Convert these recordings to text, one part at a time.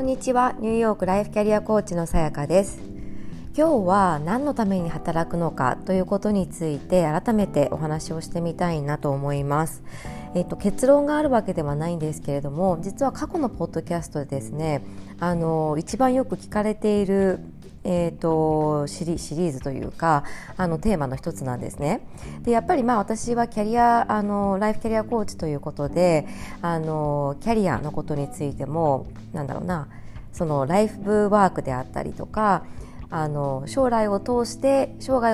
にちは。ニューヨークライフキャリアコーチのさやかです。今日は何のために働くのかということについて改めてお話をしてみたいなと思います。結論があるわけではないんですけれども、実は過去のポッドキャストでですね、一番よく聞かれているシリーズというかテーマの一つなんですね。でやっぱり私はライフキャリアコーチということでキャリアのことについてもそのライフワークであったりとか生涯を通して、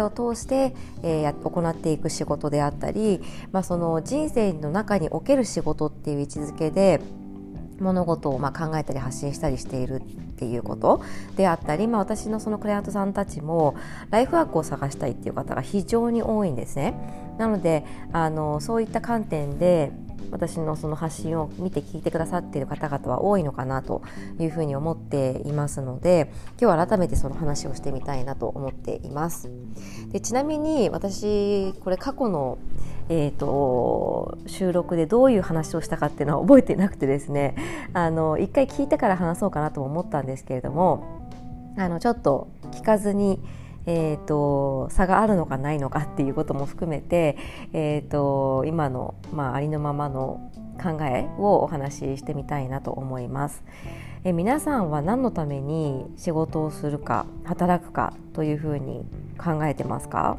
行っていく仕事であったり、その人生の中における仕事っていう位置づけで物事を考えたり発信したりしているっていうことであったり、私のそのクライアントさんたちもライフワークを探したいっていう方が非常に多いんですね。なのでそういった観点で私のその発信を見て聞いてくださっている方々は多いのかなというふうに思っていますので、今日は改めてその話をしてみたいなと思っています。でちなみに私これ過去の収録でどういう話をしたかっていうのは覚えてなくてですね、一回聞いてから話そうかなと思ったんですけれども、ちょっと聞かずに差があるのかないのかっていうことも含めて、今の、ありのままの考えをお話ししてみたいなと思います。皆さんは何のために仕事をするか働くかというふうに考えてますか？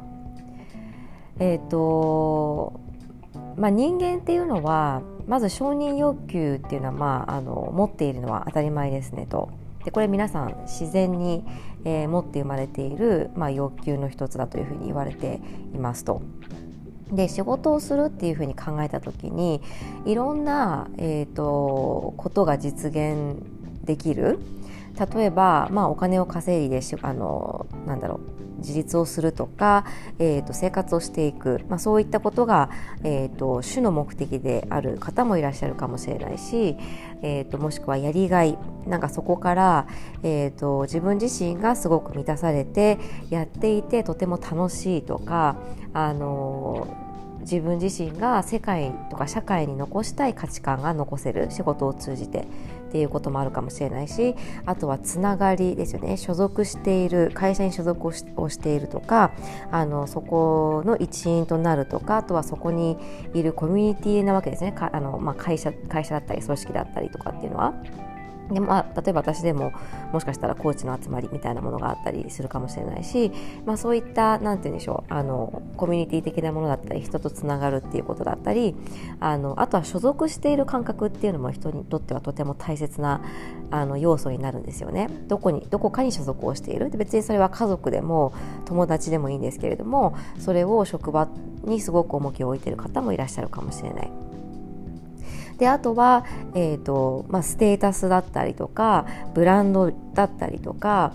人間っていうのはまず承認欲求っていうのは、持っているのは当たり前ですねと。でこれ皆さん自然に、持って生まれている、欲求の一つだというふうに言われていますと。で仕事をするっていうふうに考えた時にいろんな、ことが実現できる。例えば、お金を稼いで自立をするとか、生活をしていく、そういったことが、主の目的である方もいらっしゃるかもしれないし、もしくはやりがい、そこから、自分自身がすごく満たされてやっていてとても楽しいとか、自分自身が世界とか社会に残したい価値観が残せる仕事を通じてっていうこともあるかもしれないし、あとはつながりですよね。所属している会社に所属をしているとか、そこの一員となるとか、あとはそこにいるコミュニティなわけですね。会社だったり組織だったりとかっていうのはで、例えば私でももしかしたらコーチの集まりみたいなものがあったりするかもしれないし、そういったなんて言うんでしょう、コミュニティ的なものだったり人とつながるっていうことだったり、あとは所属している感覚っていうのも人にとってはとても大切な要素になるんですよね。どこかに所属をしている。で別にそれは家族でも友達でもいいんですけれども、それを職場にすごく重きを置いている方もいらっしゃるかもしれない。であとは、ステータスだったりとかブランドだったりとか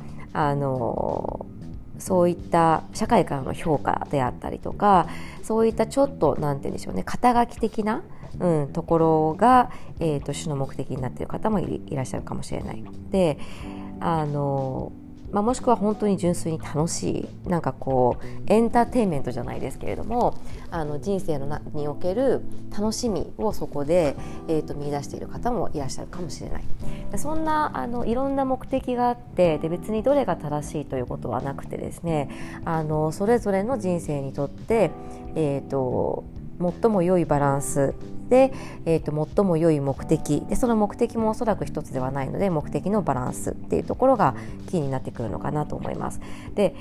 そういった社会からの評価であったりとか、そういったちょっとなんて言うんでしょうね、肩書き的な、ところが、主の目的になっている方もいらっしゃるかもしれない。でもしくは本当に純粋に楽しいエンターテインメントじゃないですけれども人生における楽しみをそこで、見出している方もいらっしゃるかもしれない。そんないろんな目的があって、で別にどれが正しいということはなくてですね、それぞれの人生にとって、最も良いバランスで、最も良い目的で、その目的もおそらく一つではないので目的のバランスっていうところがキーになってくるのかなと思います。で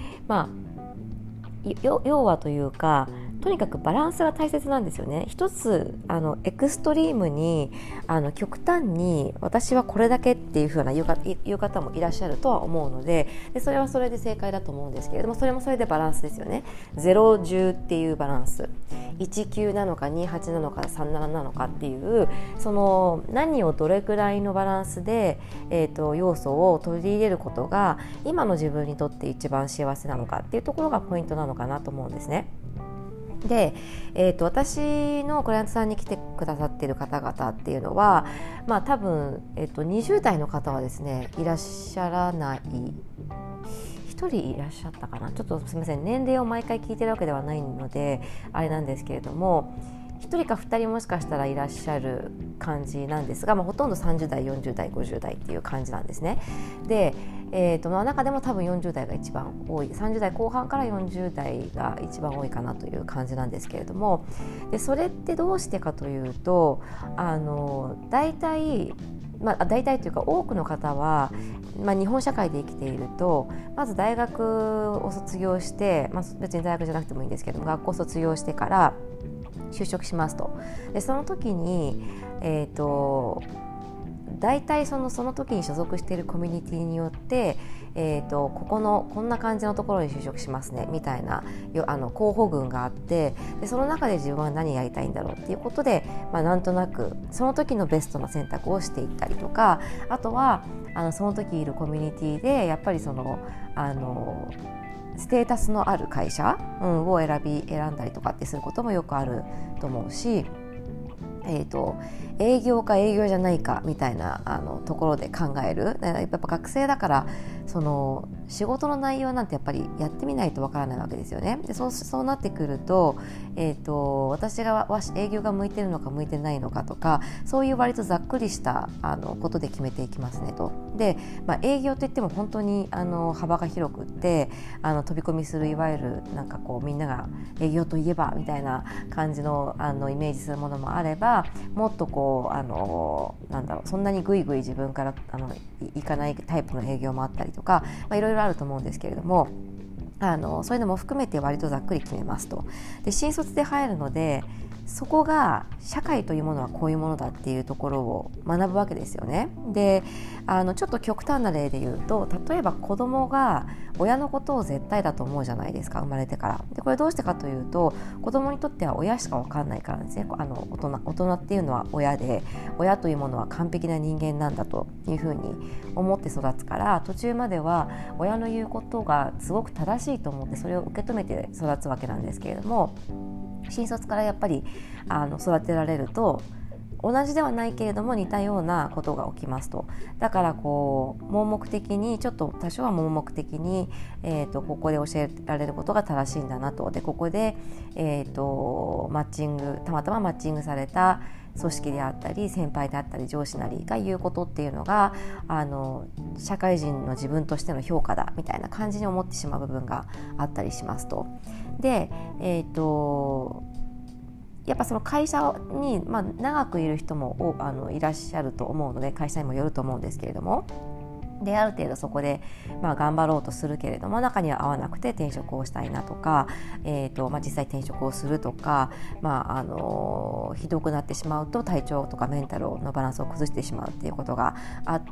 要はというか、とにかくバランスが大切なんですよね。一つエクストリームに極端に私はこれだけっていう風な言う方もいらっしゃるとは思うので、それはそれで正解だと思うんですけれども、それもそれでバランスですよね。0-10っていうバランス、19なのか28なのか37なのかっていう、その何をどれくらいのバランスで、要素を取り入れることが今の自分にとって一番幸せなのかっていうところがポイントなのかなと思うんですね。で、私のクライアントさんに来てくださっている方々っていうのは、多分、20代の方はですねいらっしゃらない、1人いらっしゃったかな。ちょっとすみません、年齢を毎回聞いてるわけではないのであれなんですけれども、 1人か2人もしかしたらいらっしゃる感じなんですが、ほとんど30代40代50代っていう感じなんですね。で、中でも多分40代が一番多い、30代後半から40代が一番多いかなという感じなんですけれども、でそれってどうしてかというと、大体というか多くの方は、日本社会で生きていると、まず大学を卒業して、別に大学じゃなくてもいいんですけど、学校卒業してから就職しますと。でその時に、大体その時に所属しているコミュニティによって、こんな感じのところに就職しますねみたいな候補群があって、でその中で自分は何やりたいんだろうっていうことで、なんとなくその時のベストな選択をしていったりとか、あとはその時いるコミュニティでやっぱりステータスのある会社、を選んだりとかってすることもよくあると思うし、営業か営業じゃないかみたいなところで考える。やっぱ学生だから仕事の内容なんてやっぱりやってみないとわからないわけですよね。でそうなってくると、私が営業が向いてるのか向いてないのかとか、そういう割とざっくりしたことで決めていきますねと。で、営業といっても本当に幅が広くって、飛び込みするいわゆるみんなが営業といえばみたいな感じのイメージするものもあれば、もっとそんなにグイグイ自分からいかないタイプの営業もあったりとか、いろいろあると思うんですけれども、そういうのも含めて割とざっくり決めますと。で新卒で入るので、そこが社会というものはこういうものだっていうところを学ぶわけですよね。でちょっと極端な例で言うと、例えば子供が親のことを絶対だと思うじゃないですか、生まれてから。でこれどうしてかというと、子供にとっては親しか分かんないからですね。大人っていうのは親で、親というものは完璧な人間なんだというふうに思って育つから、途中までは親の言うことがすごく正しいと思ってそれを受け止めて育つわけなんですけれども、新卒からやっぱり育てられると、同じではないけれども似たようなことが起きますと。だから盲目的に、ちょっと多少は盲目的に、ここで教えられることが正しいんだなと。でここで、たまたまマッチングされた組織であったり先輩であったり上司なりが言うことっていうのが社会人の自分としての評価だみたいな感じに思ってしまう部分があったりしますと。で、やっぱその会社に、長くいる人もいらっしゃると思うので、会社にもよると思うんですけれども、である程度そこで、頑張ろうとするけれども、中には合わなくて転職をしたいなとか、実際転職をするとか、ひどくなってしまうと体調とかメンタルのバランスを崩してしまうっていうことがあって、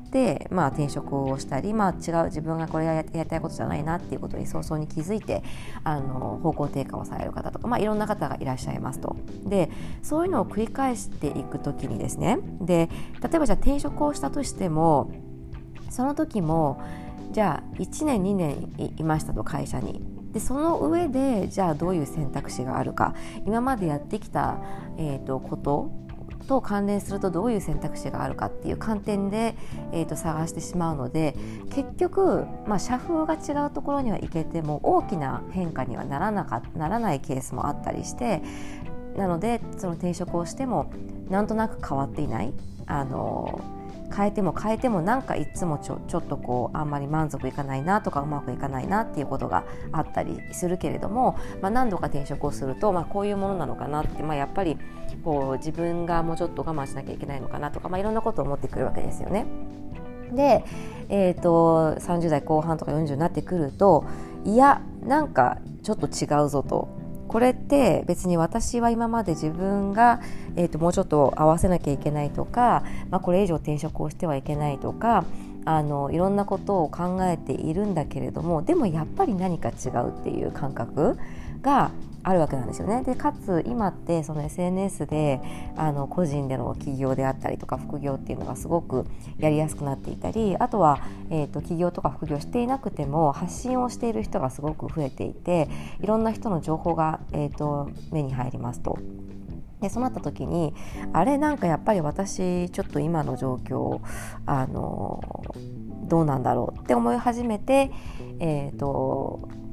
転職をしたり、違う自分がこれやりたいことじゃないなっていうことに早々に気づいて方向転換をされる方とか、いろんな方がいらっしゃいますと。でそういうのを繰り返していくときにですね、で例えばじゃあ転職をしたとしても、その時もじゃあ1年2年いましたと、会社に。でその上でじゃあどういう選択肢があるか、今までやってきた、ことと関連するとどういう選択肢があるかっていう観点で、探してしまうので、結局、社風が違うところには行けても大きな変化にはならないケースもあったりして、なのでその転職をしてもなんとなく変わっていない、変えてもなんかいつもちょっとあんまり満足いかないなとかうまくいかないなっていうことがあったりするけれども、何度か転職をすると、こういうものなのかなって、やっぱり自分がもうちょっと我慢しなきゃいけないのかなとか、いろんなことを思ってくるわけですよね。で、30代後半とか40になってくると、いやなんかちょっと違うぞと。これって別に私は今まで自分が、もうちょっと合わせなきゃいけないとか、これ以上転職をしてはいけないとか、いろんなことを考えているんだけれども、でもやっぱり何か違うっていう感覚があるわけなんですよね。でかつ今ってその SNS で個人での起業であったりとか副業っていうのがすごくやりやすくなっていたり、あとは、起業とか副業していなくても発信をしている人がすごく増えていて、いろんな人の情報が、目に入りますと。でそうなった時に、なんかやっぱり私ちょっと今の状況どうなんだろうって思い始めて、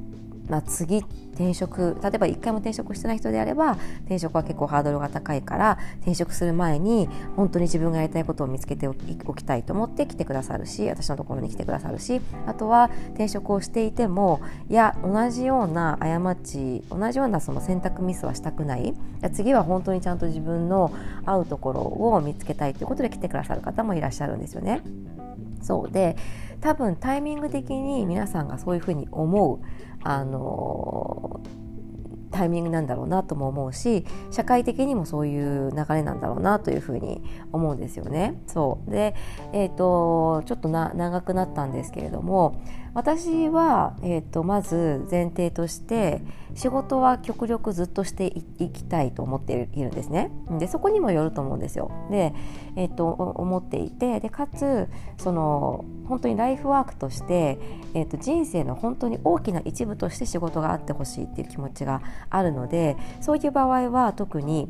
次転職、例えば1回も転職してない人であれば転職は結構ハードルが高いから転職する前に本当に自分がやりたいことを見つけておきたいと思って来てくださるし、私のところに来てくださるし、あとは転職をしていても同じような過ち、同じようなその選択ミスはしたくない、次は本当にちゃんと自分の合うところを見つけたいということで来てくださる方もいらっしゃるんですよね。そうで、多分タイミング的に皆さんがそういうふうに思うタイミングなんだろうなとも思うし、社会的にもそういう流れなんだろうなというふうに思うんですよね。そうで、ちょっと長くなったんですけれども、私は、まず前提として仕事は極力ずっとしていきたいと思っているんですね。でそこにもよると思うんですよ。で、思っていて、でかつその本当にライフワークとして、人生の本当に大きな一部として仕事があってほしいっていう気持ちがあるので、そういう場合は特に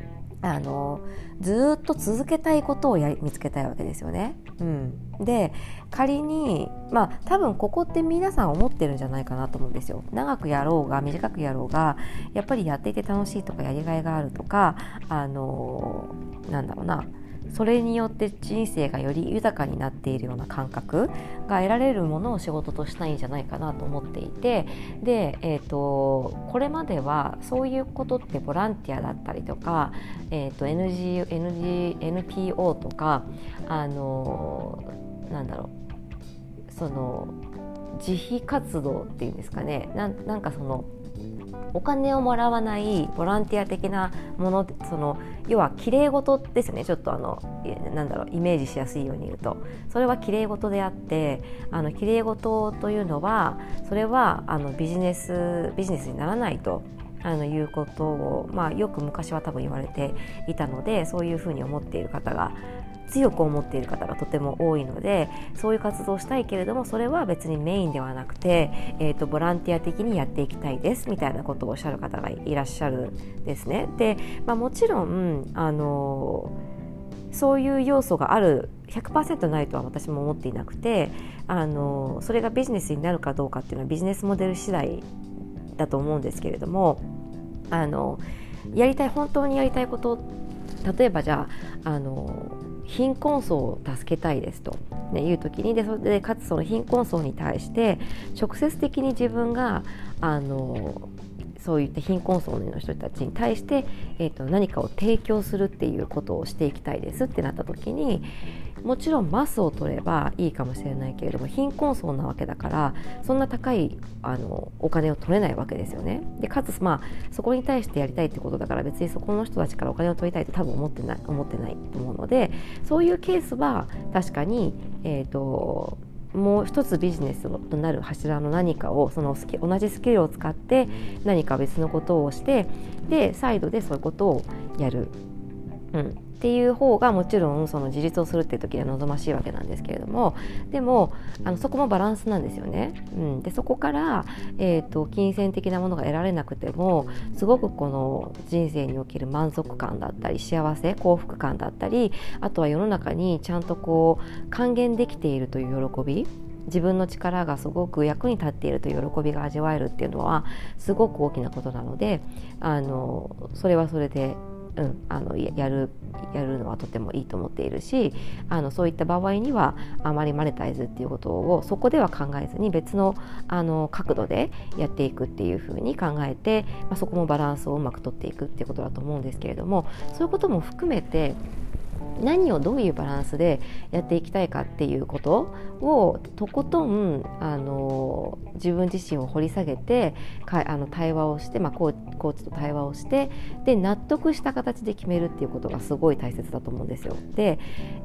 ずっと続けたいことを見つけたいわけですよね。で仮に多分ここって皆さん思ってるんじゃないかなと思うんですよ。長くやろうが短くやろうがやっぱりやっていて楽しいとかやりがいがあるとかなんだろうな、それによって人生がより豊かになっているような感覚が得られるものを仕事としたいんじゃないかなと思っていて、で、これまではそういうことってボランティアだったりとか、NPO とかなんだろう、その自費活動っていうんですかね、なんかそのお金をもらわないボランティア的なもの、その要は綺麗事ですよね。ちょっとイメージしやすいように言うと、それは綺麗事であって、綺麗事というのはそれはビジネスにならないということを、よく昔は多分言われていたので、そういうふうに思っている方が強く思っている方がとても多いので、そういう活動をしたいけれどもそれは別にメインではなくて、ボランティア的にやっていきたいですみたいなことをおっしゃる方がいらっしゃるんですね。で、もちろんそういう要素がある 100% ないとは私も思っていなくて、それがビジネスになるかどうかっていうのはビジネスモデル次第だと思うんですけれども、本当にやりたいこと、例えばじゃあ貧困層を助けたいですと、いう時にそれでかつその貧困層に対して直接的に自分がそういった貧困層の人たちに対して、何かを提供するっていうことをしていきたいですってなった時に、もちろんマスを取ればいいかもしれないけれども貧困層なわけだからそんな高いお金を取れないわけですよね。でかつそこに対してやりたいってことだから別にそこの人たちからお金を取りたいと多分思ってないと思うので、そういうケースは確かにもう一つビジネスとなる柱の何かを同じスキルを使って何か別のことをして、でサイドでそういうことをやる、っていう方がもちろんその自立をするっていう時には望ましいわけなんですけれども、でもそこもバランスなんですよね。でそこから、金銭的なものが得られなくてもすごくこの人生における満足感だったり幸せ幸福感だったり、あとは世の中にちゃんとこう還元できているという喜び、自分の力がすごく役に立っているという喜びが味わえるっていうのはすごく大きなことなので、それはそれでやるのはとてもいいと思っているし、そういった場合にはあまりマネタイズっていうことをそこでは考えずに別の角度でやっていくっていうふうに考えて、そこもバランスをうまく取っていくっていうことだと思うんですけれども、そういうことも含めて何をどういうバランスでやっていきたいかっていうことをとことん自分自身を掘り下げて対話をして、コーチと対話をしてで納得した形で決めるっていうことがすごい大切だと思うんですよ。で、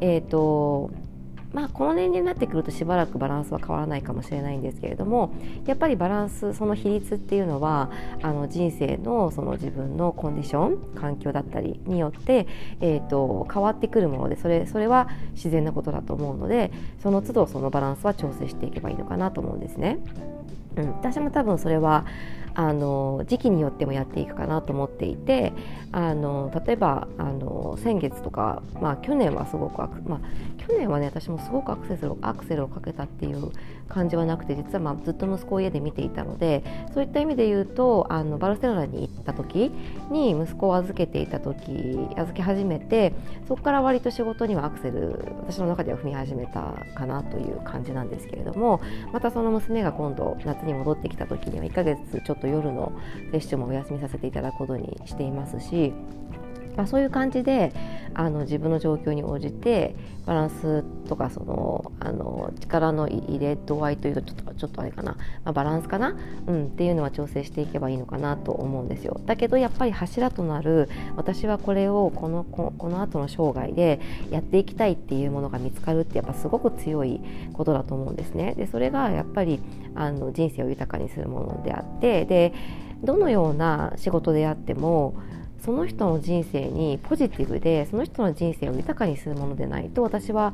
この年齢になってくるとしばらくバランスは変わらないかもしれないんですけれども、やっぱりバランス、その比率っていうのは人生のその自分のコンディション、環境だったりによって、変わってくるもので、それは自然なことだと思うので、その都度そのバランスは調整していけばいいのかなと思うんですね。私も多分それは時期によってもやっていくかなと思っていて、例えば先月とか、去年はすごく去年はね私もすごくアクセルをかけたっていう感じはなくて、実はずっと息子を家で見ていたので、そういった意味で言うとバルセロナに行った時に息子を預け始めて、そこから割と仕事にはアクセル私の中では踏み始めたかなという感じなんですけれども、またその娘が今度夏に戻ってきた時には1ヶ月ちょっと夜のレッスンもお休みさせていただくことにしていますし、そういう感じで自分の状況に応じてバランスとか力の入れ度合いというとちょっとあれかな、バランスかな、っていうのは調整していけばいいのかなと思うんですよ。だけどやっぱり柱となる、私はこれをこの後の生涯でやっていきたいっていうものが見つかるってやっぱすごく強いことだと思うんですね。でそれがやっぱり人生を豊かにするものであって、でどのような仕事であってもその人の人生にポジティブで、その人の人生を豊かにするものでないと、私は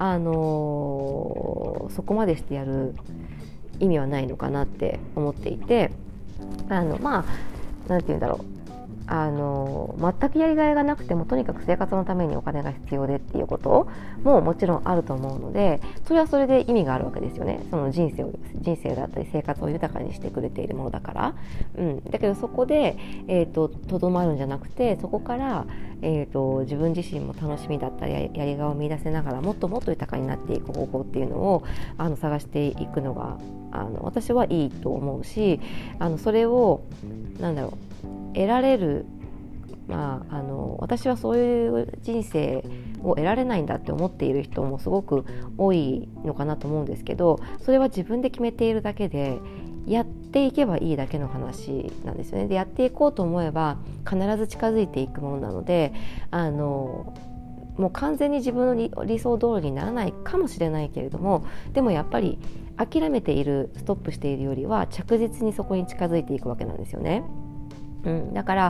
そこまでしてやる意味はないのかなって思っていて、なんていうんだろう、全くやりがいがなくてもとにかく生活のためにお金が必要でっていうことももちろんあると思うので、それはそれで意味があるわけですよね。その人生だったり生活を豊かにしてくれているものだから、だけどそこでとどまるんじゃなくて、そこから、自分自身も楽しみだったりやりがいを見出せながらもっともっと豊かになっていく方法っていうのを探していくのが私はいいと思うし、それを得られる、私はそういう人生を得られないんだって思っている人もすごく多いのかなと思うんですけど、それは自分で決めているだけで、やっていけばいいだけの話なんですよね。でやっていこうと思えば必ず近づいていくものなので、もう完全に自分の理想通りにならないかもしれないけれども、でもやっぱり諦めている、ストップしているよりは着実にそこに近づいていくわけなんですよね。だから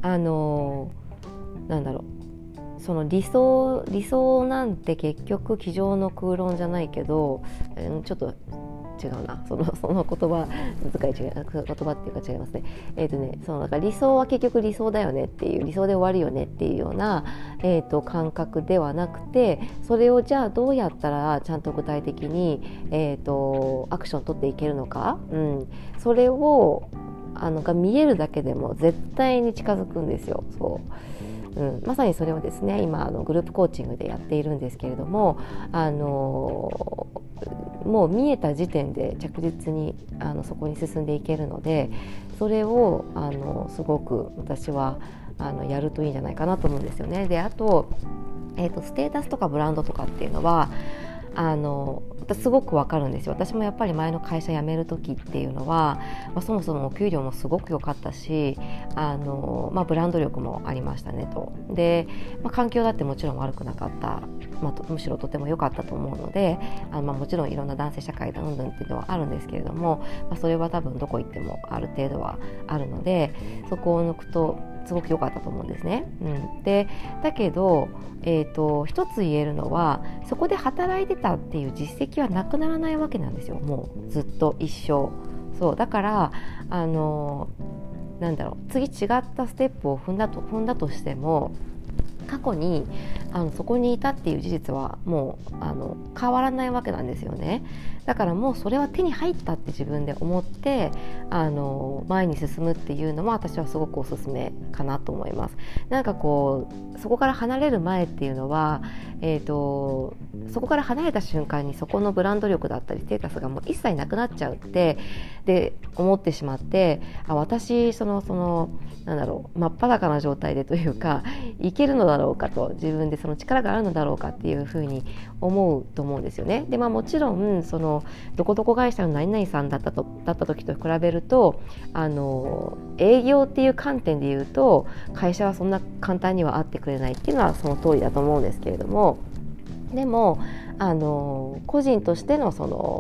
その理想なんて結局机上の空論じゃないけど、ちょっと違うな、その言葉遣い違う、言葉っていうか違いますね。なんか理想は結局理想だよねっていう、理想で終わるよねっていうような、感覚ではなくて、それをじゃあどうやったらちゃんと具体的に、アクション取っていけるのか、それをが見えるだけでも絶対に近づくんですよ。まさにそれをですね、今グループコーチングでやっているんですけれども、もう見えた時点で着実にそこに進んでいけるので、それをすごく私はやるといいんじゃないかなと思うんですよね。であと、ステータスとかブランドとかっていうのは私すごくわかるんですよ。私もやっぱり前の会社辞める時っていうのは、そもそもお給料もすごく良かったし、ブランド力もありましたねと。で、環境だってもちろん悪くなかった、むしろとても良かったと思うので、もちろんいろんな男性社会だうんぬんっていうのはあるんですけれども、それは多分どこ行ってもある程度はあるので、そこを抜くとすごく良かったと思うんですね。でだけど、一つ言えるのは、そこで働いてたっていう実績はなくならないわけなんですよ。もうずっと一生。そうだから次違ったステップを踏んだとしても、過去にそこにいたっていう事実はもう変わらないわけなんですよね。だからもうそれは手に入ったって自分で思って前に進むっていうのも私はすごくおすすめかなと思います。そこから離れる前っていうのは、そこから離れた瞬間にそこのブランド力だったりステータスがもう一切なくなっちゃうってで思ってしまって、私真っ裸な状態でというかいけるのだろうかと、自分でその力があるのだろうかっていうふうに思うと思うんですよね。で、もちろんどこどこ会社の何々さんだった時と比べると営業っていう観点で言うと会社はそんな簡単には会ってくれないっていうのはその通りだと思うんですけれども、でも個人としての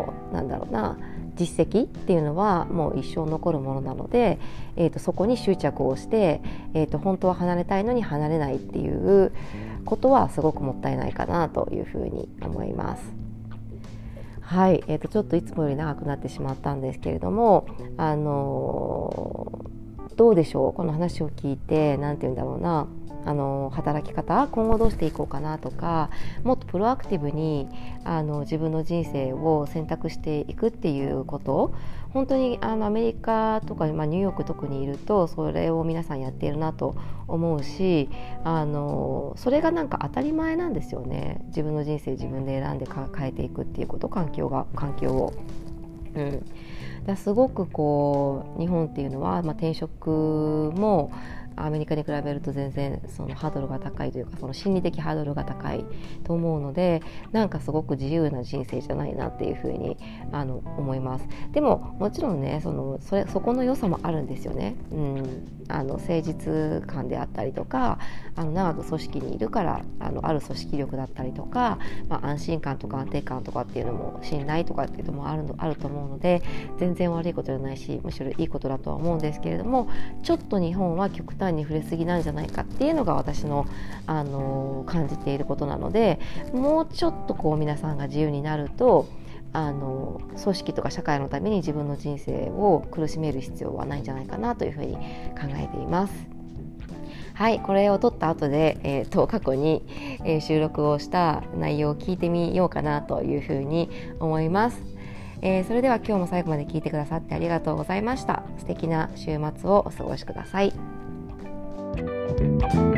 実績っていうのはもう一生残るものなので、そこに執着をして、本当は離れたいのに離れないっていうことはすごくもったいないかなというふうに思います。はい、ちょっといつもより長くなってしまったんですけれども、どうでしょう、この話を聞いて働き方今後どうしていこうかなとか、もっとプロアクティブに自分の人生を選択していくっていうこと、本当にアメリカとか、ニューヨーク特にいるとそれを皆さんやっているなと思うし、それがなんか当たり前なんですよね。自分の人生自分で選んで変えていくっていうこと、環境を、だすごくこう日本っていうのは、転職もアメリカに比べると全然そのハードルが高いというか、その心理的ハードルが高いと思うので、なんかすごく自由な人生じゃないなっていうふうに思います。でももちろんね、そこの良さもあるんですよね。誠実感であったりとか、長く組織にいるからある組織力だったりとか、安心感とか安定感とかっていうのも、信頼とかっていうのもあると思うので、全然悪いことじゃないし、むしろいいことだとは思うんですけれども、ちょっと日本は極端に触れすぎなんじゃないかっていうのが私の、感じていることなので、もうちょっとこう皆さんが自由になると、組織とか社会のために自分の人生を苦しめる必要はないんじゃないかなというふうに考えています。はい、これを撮った後で、過去に、収録をした内容を聞いてみようかなというふうに思います。それでは今日も最後まで聞いてくださってありがとうございました。素敵な週末をお過ごしください。